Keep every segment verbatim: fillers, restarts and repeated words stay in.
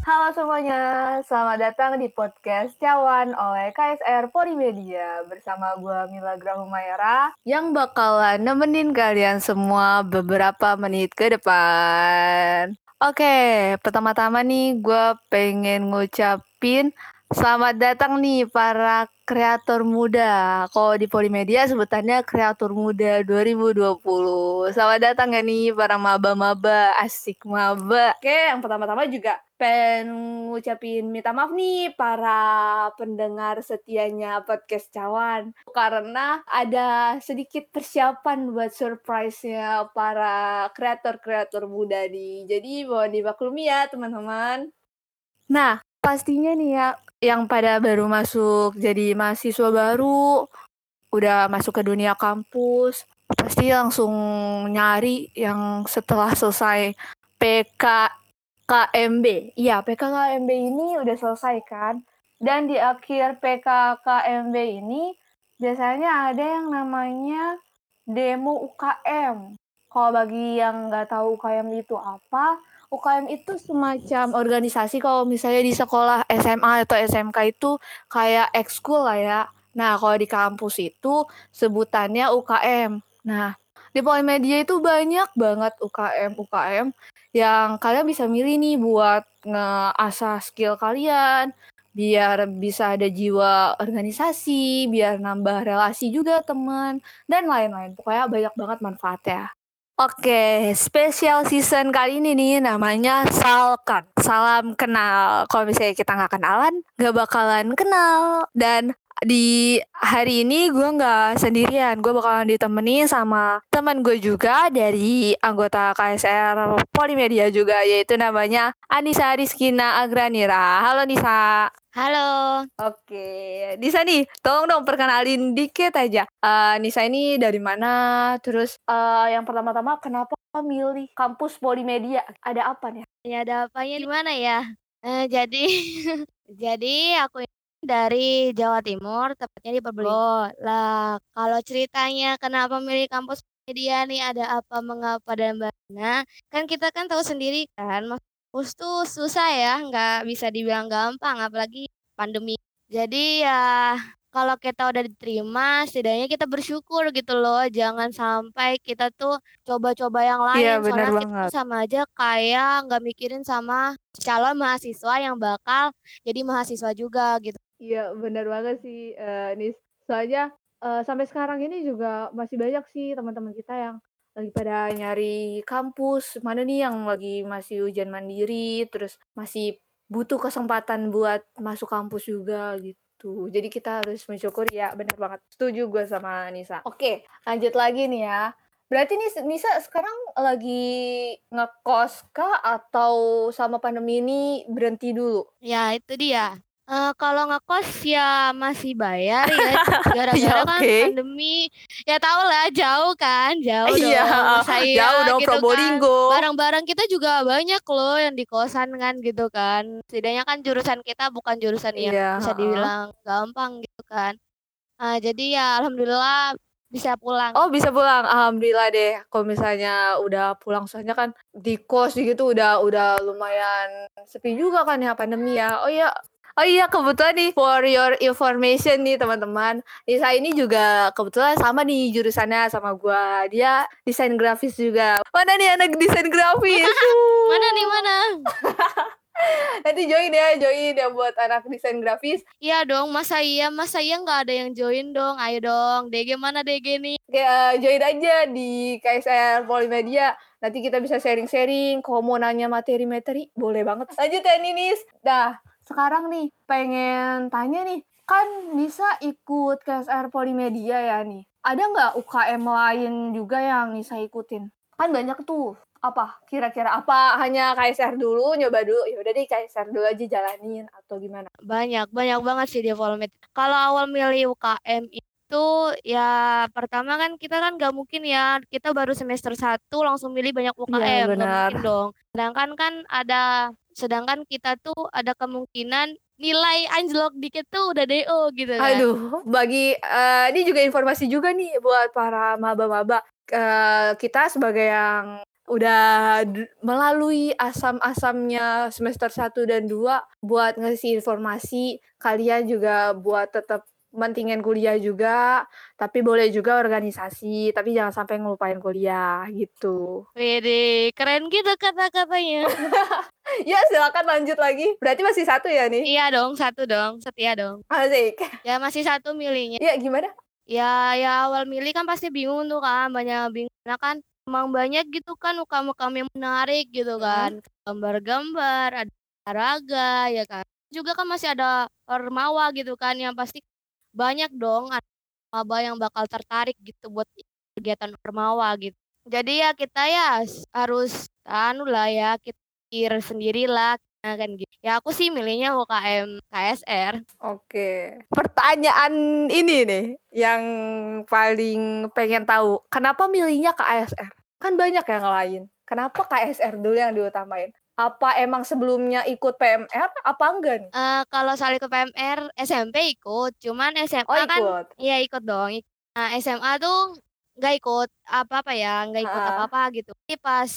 Halo semuanya, selamat datang di podcast Cawan oleh K S R Polimedia bersama gue Mila Grahumayara yang bakalan nemenin kalian semua beberapa menit ke depan. Oke, pertama-tama nih gue pengen ngucapin selamat datang nih para kreator muda. Kalau di Polimedia sebutannya kreator muda dua ribu dua puluh. Selamat datang ya nih para maba-maba, asik maba. Oke, yang pertama-tama juga pengen ngucapin minta maaf nih para pendengar setianya podcast Cawan. Karena ada sedikit persiapan buat surprise-nya para kreator-kreator muda nih. Jadi mohon dimaklumi ya teman-teman. Nah, pastinya nih ya, yang pada baru masuk jadi mahasiswa baru, udah masuk ke dunia kampus, pasti langsung nyari yang setelah selesai P K K M B. Iya, P K K M B ini udah selesai kan? Dan di akhir P K K M B ini biasanya ada yang namanya demo U K M. Kalau bagi yang nggak tahu U K M itu apa, U K M itu semacam organisasi kalau misalnya di sekolah S M A atau S M K itu kayak ekskul lah ya. Nah, kalau di kampus itu sebutannya U K M. Nah, di Polimedia itu banyak banget U K M-U K M yang kalian bisa milih nih buat nge-asah skill kalian, biar bisa ada jiwa organisasi, biar nambah relasi juga teman, dan lain-lain. Pokoknya banyak banget manfaatnya. Oke, spesial season kali ini nih namanya Salkan. Salam kenal. Kalau misalnya kita nggak kenalan, nggak bakalan kenal. Dan di hari ini gue nggak sendirian. Gue bakalan ditemani sama teman gue juga dari anggota K S R Polimedia juga, yaitu namanya Anissa Rizkina Agranira. Halo Nisa. Halo. Oke, Nisa nih, tolong dong perkenalin dikit aja. Uh, Nisa ini dari mana? Terus uh, yang pertama-tama kenapa milih kampus Polimedia? Ada apa nih? Ya ada apanya di mana ya? Eh, jadi jadi aku ini dari Jawa Timur, tepatnya di Probolinggo. Lah, kalau ceritanya kenapa milih kampus media nih, ada apa, mengapa, dan bagaimana, kan kita kan tahu sendiri kan, kampus tuh susah ya, nggak bisa dibilang gampang, apalagi pandemi. Jadi ya kalau kita udah diterima, setidaknya kita bersyukur gitu loh. Jangan sampai kita tuh coba-coba yang Iya, lain. bener Soalnya kita tuh banget. sama aja kayak nggak mikirin sama calon mahasiswa yang bakal jadi mahasiswa juga gitu. Iya, bener banget sih, uh, Nis. Soalnya uh, sampai sekarang ini juga masih banyak sih teman-teman kita yang lagi pada nyari kampus, mana nih yang lagi masih ujian mandiri, terus masih butuh kesempatan buat masuk kampus juga gitu. Jadi kita harus mensyukuri ya, bener banget. Setuju gue sama Nisa. Oke, lanjut lagi nih ya. Berarti nih Nisa sekarang lagi ngekos kah atau sama pandemi ini berhenti dulu? Ya itu dia. Eh, kalau ngekos ya masih bayar ya, gara-gara Ya kan oke. pandemi. Ya tau lah, jauh kan, jauh Iya, dong. Masa jauh iya dong gitu kan. Probolinggo. Barang-barang kita juga banyak loh yang di kosan kan gitu kan. Setidaknya kan jurusan kita bukan jurusan yang Iya, bisa heeh. dibilang gampang gitu kan. Nah, jadi ya alhamdulillah bisa pulang. Oh, bisa pulang, alhamdulillah deh. Kalau misalnya udah pulang, soalnya kan di kos gitu udah udah lumayan sepi juga kan ya pandemi ya. Oh iya, oh iya kebetulan nih for your information nih teman-teman, Nisa ini juga kebetulan sama nih jurusannya sama gua. Dia desain grafis juga. Mana nih anak desain grafis? Mana nih mana? Nanti join ya, join ya buat anak desain grafis. Iya dong, masa iya, masa iya nggak ada yang join dong? Ayo dong, D G mana D G nih? Kayak join aja di K S R Polimedia. Nanti kita bisa sharing-sharing. Kalau mau nanya materi-materi, boleh banget. Lanjut ya Ninis. Dah, sekarang nih pengen tanya nih. Kan bisa ikut K S R Polimedia ya nih. Ada nggak U K M lain juga yang Nisa ikutin? Kan banyak tuh. Apa? Kira-kira apa? Hanya K S R dulu, nyoba dulu. Ya udah deh K S R dulu aja jalanin atau gimana? Banyak, banyak banget sih di Volmed. Kalau awal milih U K M itu ya pertama kan kita kan nggak mungkin ya, kita baru semester satu langsung milih banyak U K M, Iya, nggak benar. mungkin dong. Sedangkan kan ada, sedangkan kita tuh ada kemungkinan nilai anjlok dikit tuh udah D O gitu kan. Aduh, bagi uh, ini juga informasi juga nih buat para maba-maba. Uh, kita sebagai yang udah d melalui asam-asamnya semester satu dan dua buat ngasih informasi, kalian juga buat tetap mentingin kuliah juga, tapi boleh juga organisasi, tapi jangan sampai ngelupain kuliah, gitu. Widih, keren gitu kata-katanya. Ya silakan lanjut lagi, berarti masih satu ya nih? Iya dong, satu dong, setia dong. Asik. Ya masih satu milihnya. Iya, gimana? Ya ya awal milih kan pasti bingung tuh kan, banyak bingung karena kan emang banyak gitu kan UKM-UKM yang menarik gitu Mhm. kan, gambar-gambar, ada olahraga ya kan. Juga kan masih ada Ormawa gitu kan, yang pasti banyak dong anak maba yang bakal tertarik gitu buat kegiatan Ormawa gitu. Jadi ya kita ya s harus anu lah ya, kita pikir sendirilah, nah kan gitu. Ya aku sih milihnya U K M K S R. Oke. Pertanyaan ini nih, yang paling pengen tahu, kenapa milihnya K S R? Kan banyak yang lain, kenapa K S R dulu yang diutamain? Apa emang sebelumnya ikut P M R, apa enggak nih? Eee, kalau soal ikut P M R, S M P ikut, cuman Oh, S M A kan ikut? iya ikut dong, ik nah S M A tuh nggak ikut apa-apa ya, nggak ikut Heeh. apa-apa gitu. Tapi pas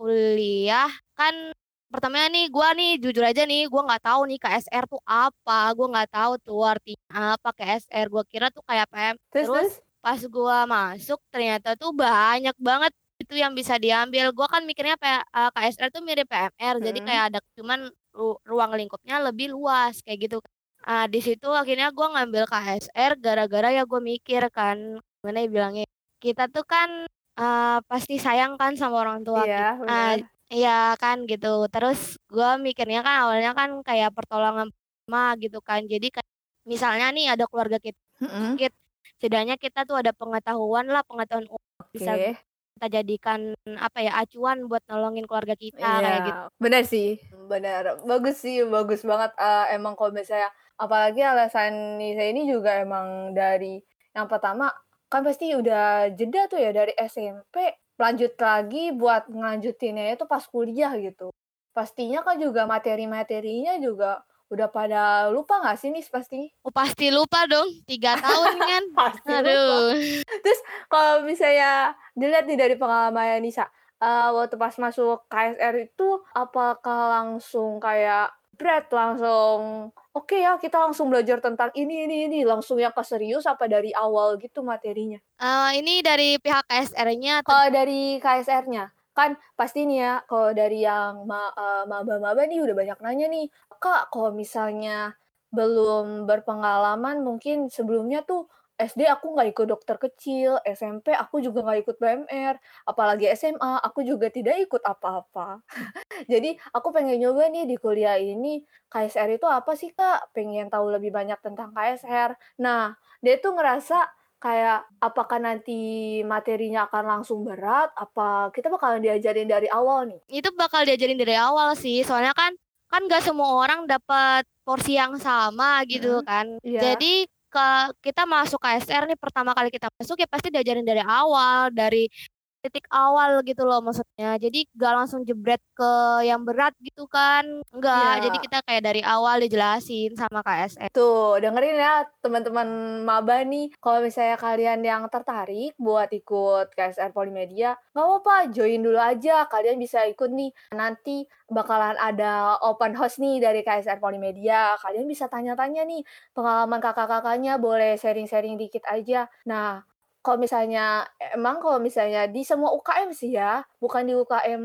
kuliah kan pertamanya nih, gua nih jujur aja nih, gua nggak tahu nih K S R tuh apa, gua nggak tahu tuh artinya apa K S R, gua kira tuh kayak P M Terus terus terus? pas gua masuk ternyata tuh banyak banget itu yang bisa diambil. Gua kan mikirnya pe eee, K S R tuh mirip P M R, jadi kayak Mhm. ada cuman ru ruang lingkupnya lebih luas kayak gitu. Ah, di situ akhirnya gua ngambil K S R gara-gara ya gua mikir kan, gimana ya bilangnya, kita tuh kan, eee, pasti sayang kan sama orang tua kita Iya, ah, bener. iya kan gitu. Terus gua mikirnya kan awalnya kan kayak pertolongan pertama gitu kan. Jadi kayak misalnya nih ada keluarga kita Mhm. sakit, setidaknya kita tuh ada pengetahuan lah, pengetahuan umum bisa Oke. kita jadikan apa ya, acuan buat nolongin keluarga kita kayak gitu. Iya, bener sih, bener. Bagus sih, bagus banget, eee, emang kalau misalnya apalagi alasan Nisa ini juga emang dari yang pertama, kan pasti udah jeda tuh ya dari S M P, lanjut lagi buat ngelanjutinnya itu pas kuliah gitu. Pastinya kan juga materi-materinya juga udah pada lupa nggak sih Nis pasti? Oh pasti lupa dong, tiga tahun kan. Pasti lupa. Aduh. Terus kalau misalnya dilihat nih dari pengalamannya Nisa, eee, waktu pas masuk K S R itu apakah langsung kayak bret langsung, "Oke ya kita langsung belajar tentang ini ini ini," langsung yang ke serius apa dari awal gitu materinya? Eee, ini dari pihak K S R-nya atau Kalau dari K S R-nya, kan pasti nih ya kalau dari yang ma eee, maba-maba nih udah banyak nanya nih, "Kak, kalau misalnya belum berpengalaman mungkin sebelumnya tuh S D aku nggak ikut dokter kecil, S M P aku juga nggak ikut P M R, apalagi S M A aku juga tidak ikut apa-apa. Jadi aku pengen nyoba nih di kuliah ini, K S R itu apa sih, Kak? Pengen tahu lebih banyak tentang K S R." Nah, dia tuh ngerasa kayak, apakah nanti materinya akan langsung berat, apa kita bakalan diajarin dari awal nih? itu bakal diajarin dari awal sih, soalnya kan kan nggak semua orang dapat porsi yang sama gitu Mhm, kan. iya. Jadi ke kita masuk K S R nih pertama kali kita masuk ya pasti diajarin dari awal, dari titik awal gitu loh maksudnya. Jadi nggak langsung jebret ke yang berat gitu kan, enggak. Jadi Iya. kita kayak dari awal dijelasin sama K S R. Tuh, dengerin ya teman-teman maba nih, kalau misalnya kalian yang tertarik buat ikut K S R Polimedia, nggak apa-apa, join dulu aja, kalian bisa ikut nih. Nanti bakalan ada open house nih dari K S R Polimedia, kalian bisa tanya-tanya nih, pengalaman kakak-kakaknya boleh sharing-sharing dikit aja. Nah, kalau misalnya emang kalau misalnya di semua U K M sih ya, bukan di U K M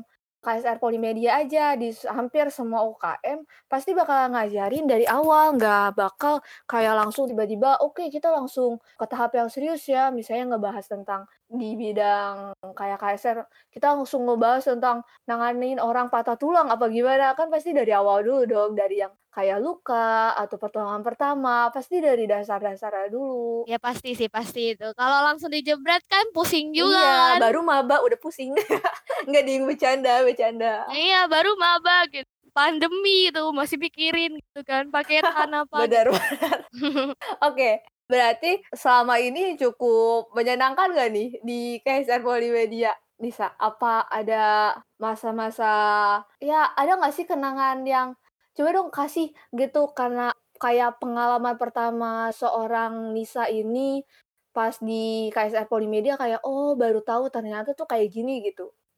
K S R Polimedia aja, di s hampir semua U K M pasti bakal ngajarin dari awal, nggak bakal kayak langsung tiba-tiba, "Oke, kita langsung ke tahap yang serius ya." Misalnya ngebahas tentang di bidang kayak K S R, kita langsung ngebahas tentang nanganin orang patah tulang apa gimana, kan pasti dari awal dulu dong, dari yang kayak luka atau pertolongan pertama, pasti dari dasar-dasarnya dulu. Ya pasti sih, pasti itu. Kalau langsung dijebret kan pusing juga Iya, kan. baru maba udah pusing. Nggak ding, bercanda bercanda. Iya, baru maba gitu, pandemi itu masih mikirin gitu kan, paketan apa gitu. Bener bener. Oke, berarti selama ini cukup menyenangkan nggak nih di K S R Polimedia, Nisa? Apa ada masa-masa ya ada nggak sih kenangan yang coba dong kasih gitu karena kayak pengalaman pertama seorang Nisa ini pas di K S R Polimedia kayak, "Oh baru tahu ternyata tuh kayak gini," gitu?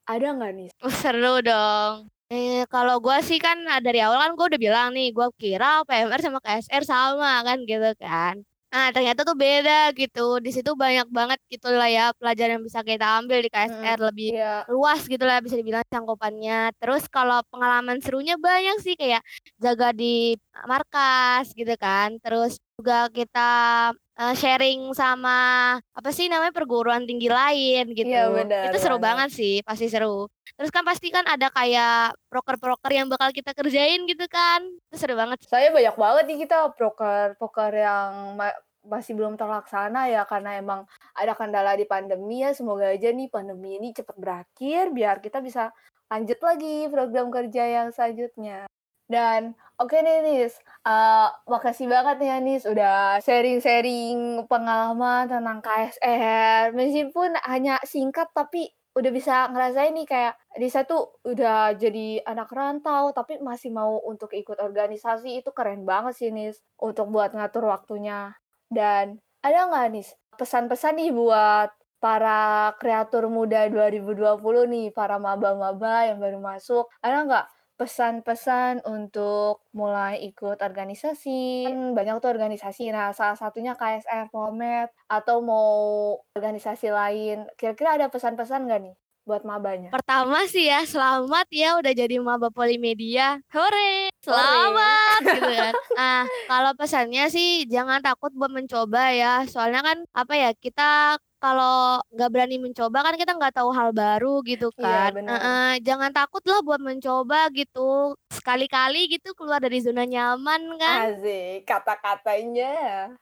Ada nggak nih? Oh, seru dong. Eh, kalau gue sih kan ah, dari awal kan gue udah bilang nih, gue kira P M R sama K S R sama kan gitu kan. Nah, ternyata tuh beda gitu. Di situ banyak banget gitu lah ya pelajaran yang bisa kita ambil di K S R, Mm, lebih iya. luas gitu lah bisa dibilang cangkupannya. Terus kalau pengalaman serunya banyak sih, kayak jaga di markas gitu kan. Terus juga kita eh, sharing sama apa sih namanya perguruan tinggi lain Iya gitu. benar Itu seru banget. banget sih, pasti seru. Terus kan pasti kan ada kayak proker-proker yang bakal kita kerjain gitu kan. Itu seru banget. Saya banyak banget nih kita proker-proker yang ma masih belum terlaksana ya karena emang ada kendala di pandemi ya. Semoga aja nih pandemi ini cepat berakhir biar kita bisa lanjut lagi program kerja yang selanjutnya. Dan oke nih Nis, eee, makasih banget nih ya Nis udah sharing-sharing pengalaman tentang K S R. Meskipun hanya singkat tapi udah bisa ngerasain nih kayak Nisa tuh udah jadi anak rantau tapi masih mau untuk ikut organisasi, itu keren banget sih Nis, untuk buat ngatur waktunya. Dan ada nggak Nis, pesan-pesan nih buat para kreator muda dua ribu dua puluh nih, para maba-maba yang baru masuk, ada nggak pesan-pesan untuk mulai ikut organisasi? Kan banyak tuh organisasi, nah salah satunya K S R, Polmed, atau mau organisasi lain. Kira-kira ada pesan-pesan nggak nih buat mabanya? Pertama sih ya, selamat ya udah jadi maba Polimedia. Hore, Hore! selamat gitu kan. Nah, kalau pesannya sih jangan takut buat mencoba ya. Soalnya kan apa ya, kita kalau nggak berani mencoba kan kita nggak tahu hal baru gitu Iya kan. benar. Heeh, jangan takut lah buat mencoba gitu. Sekali-kali gitu keluar dari zona nyaman kan. Asik kata-katanya.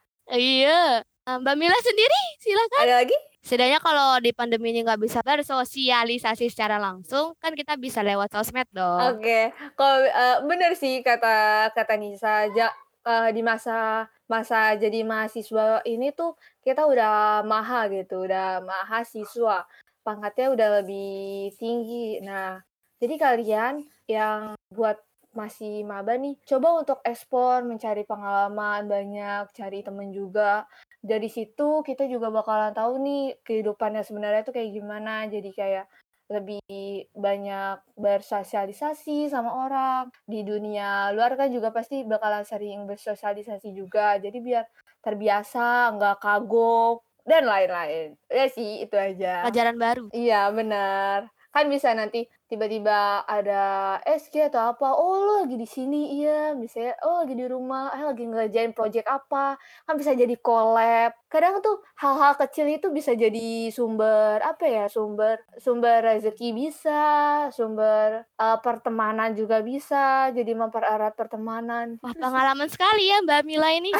Iya. Nah, Mbak Mila sendiri silakan. Ada lagi? Setidaknya kalau di pandemi ini nggak bisa bersosialisasi secara langsung, kan kita bisa lewat sosmed dong. Oke, kalau, eee, bener sih kata kata Nisa, ja eee, di masa masa jadi mahasiswa ini tuh kita udah maha gitu, udah mahasiswa, pangkatnya udah lebih tinggi. Nah, jadi kalian yang buat masih maba nih, coba untuk ekspor, mencari pengalaman banyak, cari temen juga. Dari situ kita juga bakalan tahu nih kehidupannya sebenarnya tuh kayak gimana, jadi kayak lebih banyak bersosialisasi sama orang. Di dunia luar kan juga pasti bakalan sering bersosialisasi juga. Jadi biar terbiasa, nggak kagok, dan lain-lain. Ya sih, itu aja. Pelajaran baru. Iya, benar. Kan bisa nanti tiba-tiba ada S K atau apa, "Oh, lu lagi di sini?" Iya, misalnya, "Oh, lagi di rumah, eh, lagi ngerjain project apa." Kan bisa jadi collab. Kadang tuh hal-hal kecil itu bisa jadi sumber, apa ya, sumber sumber rezeki bisa, sumber, eee, pertemanan juga bisa, jadi mempererat pertemanan, Wah, gitu sih. pengalaman sekali ya Mbak Mila ini.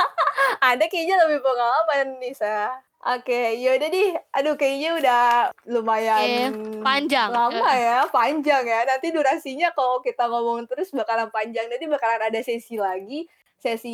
Anda kayaknya lebih pengalaman, Nisa. Oke, yaudah deh. Aduh, kayaknya udah lumayan Oke, panjang. lama Heeh. ya, panjang ya. Nanti durasinya kalau kita ngomong terus bakalan panjang. Nanti bakalan ada sesi lagi, sesi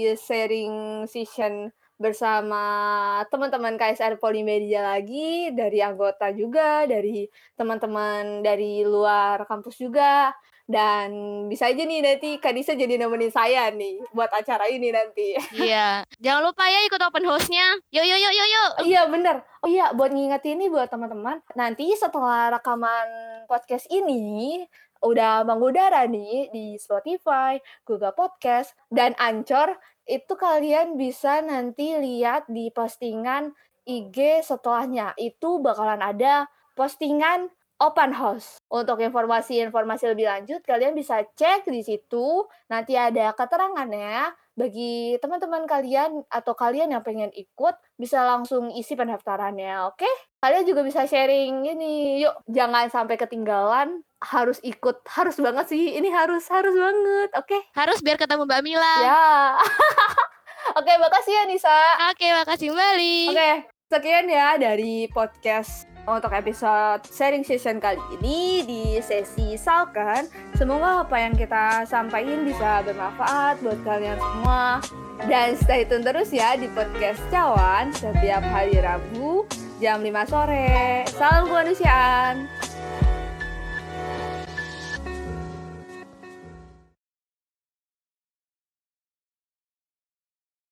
sharing session bersama teman-teman K S R Polimedia lagi, dari anggota juga, dari teman-teman dari luar kampus juga. Dan bisa aja nih nanti Kak Nisa jadi nemenin saya nih buat acara ini nanti. Iya. Jangan lupa ya ikut open house-nya. Yuk, yuk, yuk, yuk, yuk. Iya bener. Oh iya, buat ngingetin nih buat teman-teman, nanti setelah rekaman podcast ini udah mengudara nih di Spotify, Google Podcast, dan Anchor, itu kalian bisa nanti lihat di postingan I G setelahnya. Itu bakalan ada postingan open house. Untuk informasi-informasi lebih lanjut, kalian bisa cek di situ. Nanti ada keterangannya. Bagi teman-teman kalian atau kalian yang pengen ikut, bisa langsung isi pendaftarannya, oke? Kalian juga bisa sharing ini, yuk jangan sampai ketinggalan, harus ikut, harus banget sih, ini harus harus banget, oke? Harus biar ketemu Mbak Mila. Ya. Oke, makasih ya Nisa. Oke, makasih kembali. Oke, sekian ya dari podcast untuk episode sharing session kali ini di sesi Salkan. Semoga apa yang kita sampaikan bisa bermanfaat buat kalian semua. Dan stay tune terus ya di podcast Cawan setiap hari Rabu jam lima sore. Salam kemanusiaan.